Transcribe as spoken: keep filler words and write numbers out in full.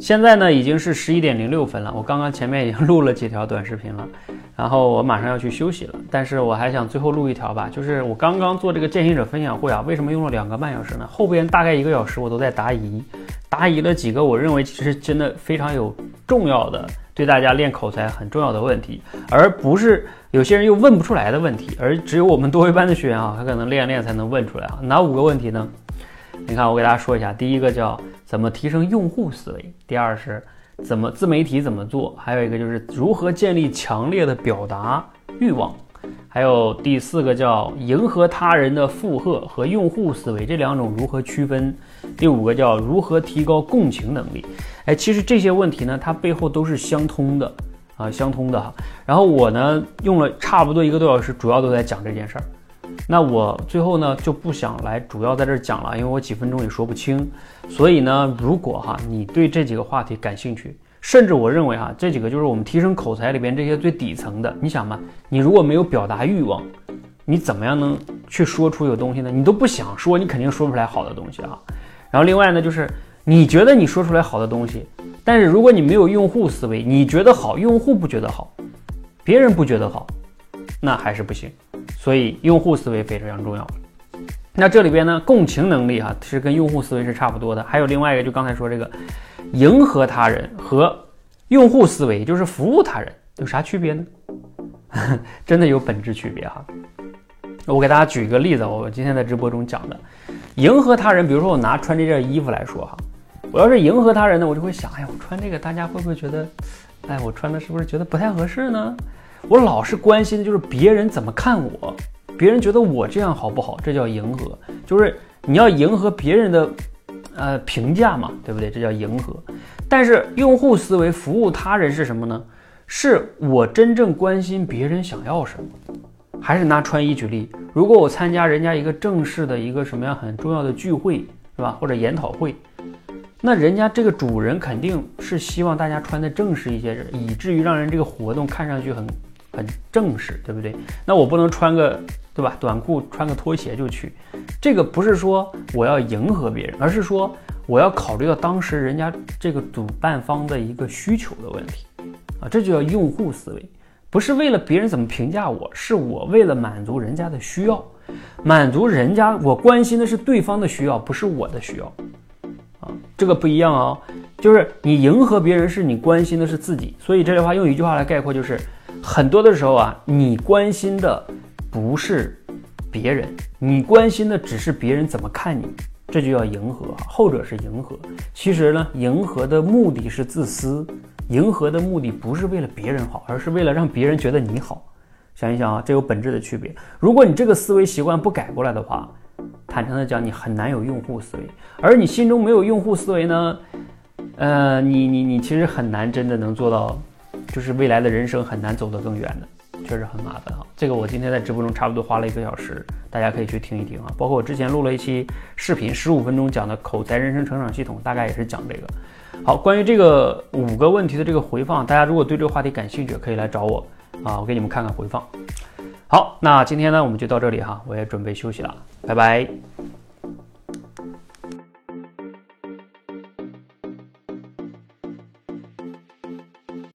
现在呢已经是十一点零六分了，我刚刚前面已经录了几条短视频了，然后我马上要去休息了，但是我还想最后录一条吧，就是我刚刚做这个践行者分享会啊，为什么用了两个半小时呢？后边大概一个小时我都在答疑，答疑了几个我认为其实真的非常有重要的，对大家练口才很重要的问题，而不是有些人又问不出来的问题，而只有我们多维班的学员啊，他可能练练才能问出来啊。哪五个问题呢？你看我给大家说一下，第一个叫怎么提升用户思维，第二是怎么自媒体怎么做，还有一个就是如何建立强烈的表达欲望，还有第四个叫迎合他人的附和和用户思维这两种如何区分，第五个叫如何提高共情能力。哎，其实这些问题呢，它背后都是相通的啊，相通的哈。然后我呢用了差不多一个多小时，主要都在讲这件事儿。那我最后呢就不想来主要在这儿讲了，因为我几分钟也说不清。所以呢，如果哈你对这几个话题感兴趣，甚至我认为哈这几个就是我们提升口才里边这些最底层的。你想嘛，你如果没有表达欲望，你怎么样能去说出有东西呢？你都不想说，你肯定说不出来好的东西啊。然后另外呢，就是你觉得你说出来好的东西，但是如果你没有用户思维，你觉得好，用户不觉得好，别人不觉得好，那还是不行。所以用户思维非常重要。那这里边呢，共情能力哈是跟用户思维是差不多的。还有另外一个，就刚才说这个迎合他人和用户思维，就是服务他人，有啥区别呢？真的有本质区别哈。我给大家举一个例子，我今天在直播中讲的迎合他人，比如说我拿穿这件衣服来说哈，我要是迎合他人呢，我就会想，哎，我穿这个大家会不会觉得，哎，我穿的是不是觉得不太合适呢？我老是关心的就是别人怎么看我，别人觉得我这样好不好，这叫迎合，就是你要迎合别人的呃评价嘛，对不对？这叫迎合。但是用户思维服务他人是什么呢？是我真正关心别人想要什么。还是拿穿衣举例，如果我参加人家一个正式的一个什么样很重要的聚会，是吧？或者研讨会，那人家这个主人肯定是希望大家穿的正式一些，以至于让人这个活动看上去很很正式，对不对？那我不能穿个对吧短裤穿个拖鞋就去，这个不是说我要迎合别人，而是说我要考虑到当时人家这个主办方的一个需求的问题啊，这就叫用户思维。不是为了别人怎么评价我，是我为了满足人家的需要，满足人家，我关心的是对方的需要，不是我的需要啊，这个不一样哦。就是你迎合别人，是你关心的是自己。所以这句话用一句话来概括，就是很多的时候啊，你关心的不是别人，你关心的只是别人怎么看你，这就叫迎合，后者是迎合。其实呢，迎合的目的是自私。迎合的目的不是为了别人好，而是为了让别人觉得你好。想一想啊，这有本质的区别。如果你这个思维习惯不改过来的话，坦诚的讲，你很难有用户思维。而你心中没有用户思维呢，呃，你你你其实很难真的能做到，就是未来的人生很难走得更远的，确实很麻烦啊。这个我今天在直播中差不多花了一个小时，大家可以去听一听啊。包括我之前录了一期视频，十五分钟讲的口才人生成长系统，大概也是讲这个。好，关于这个五个问题的这个回放，大家如果对这个话题感兴趣，可以来找我啊，我给你们看看回放。好，那今天呢我们就到这里哈，我也准备休息了，拜拜。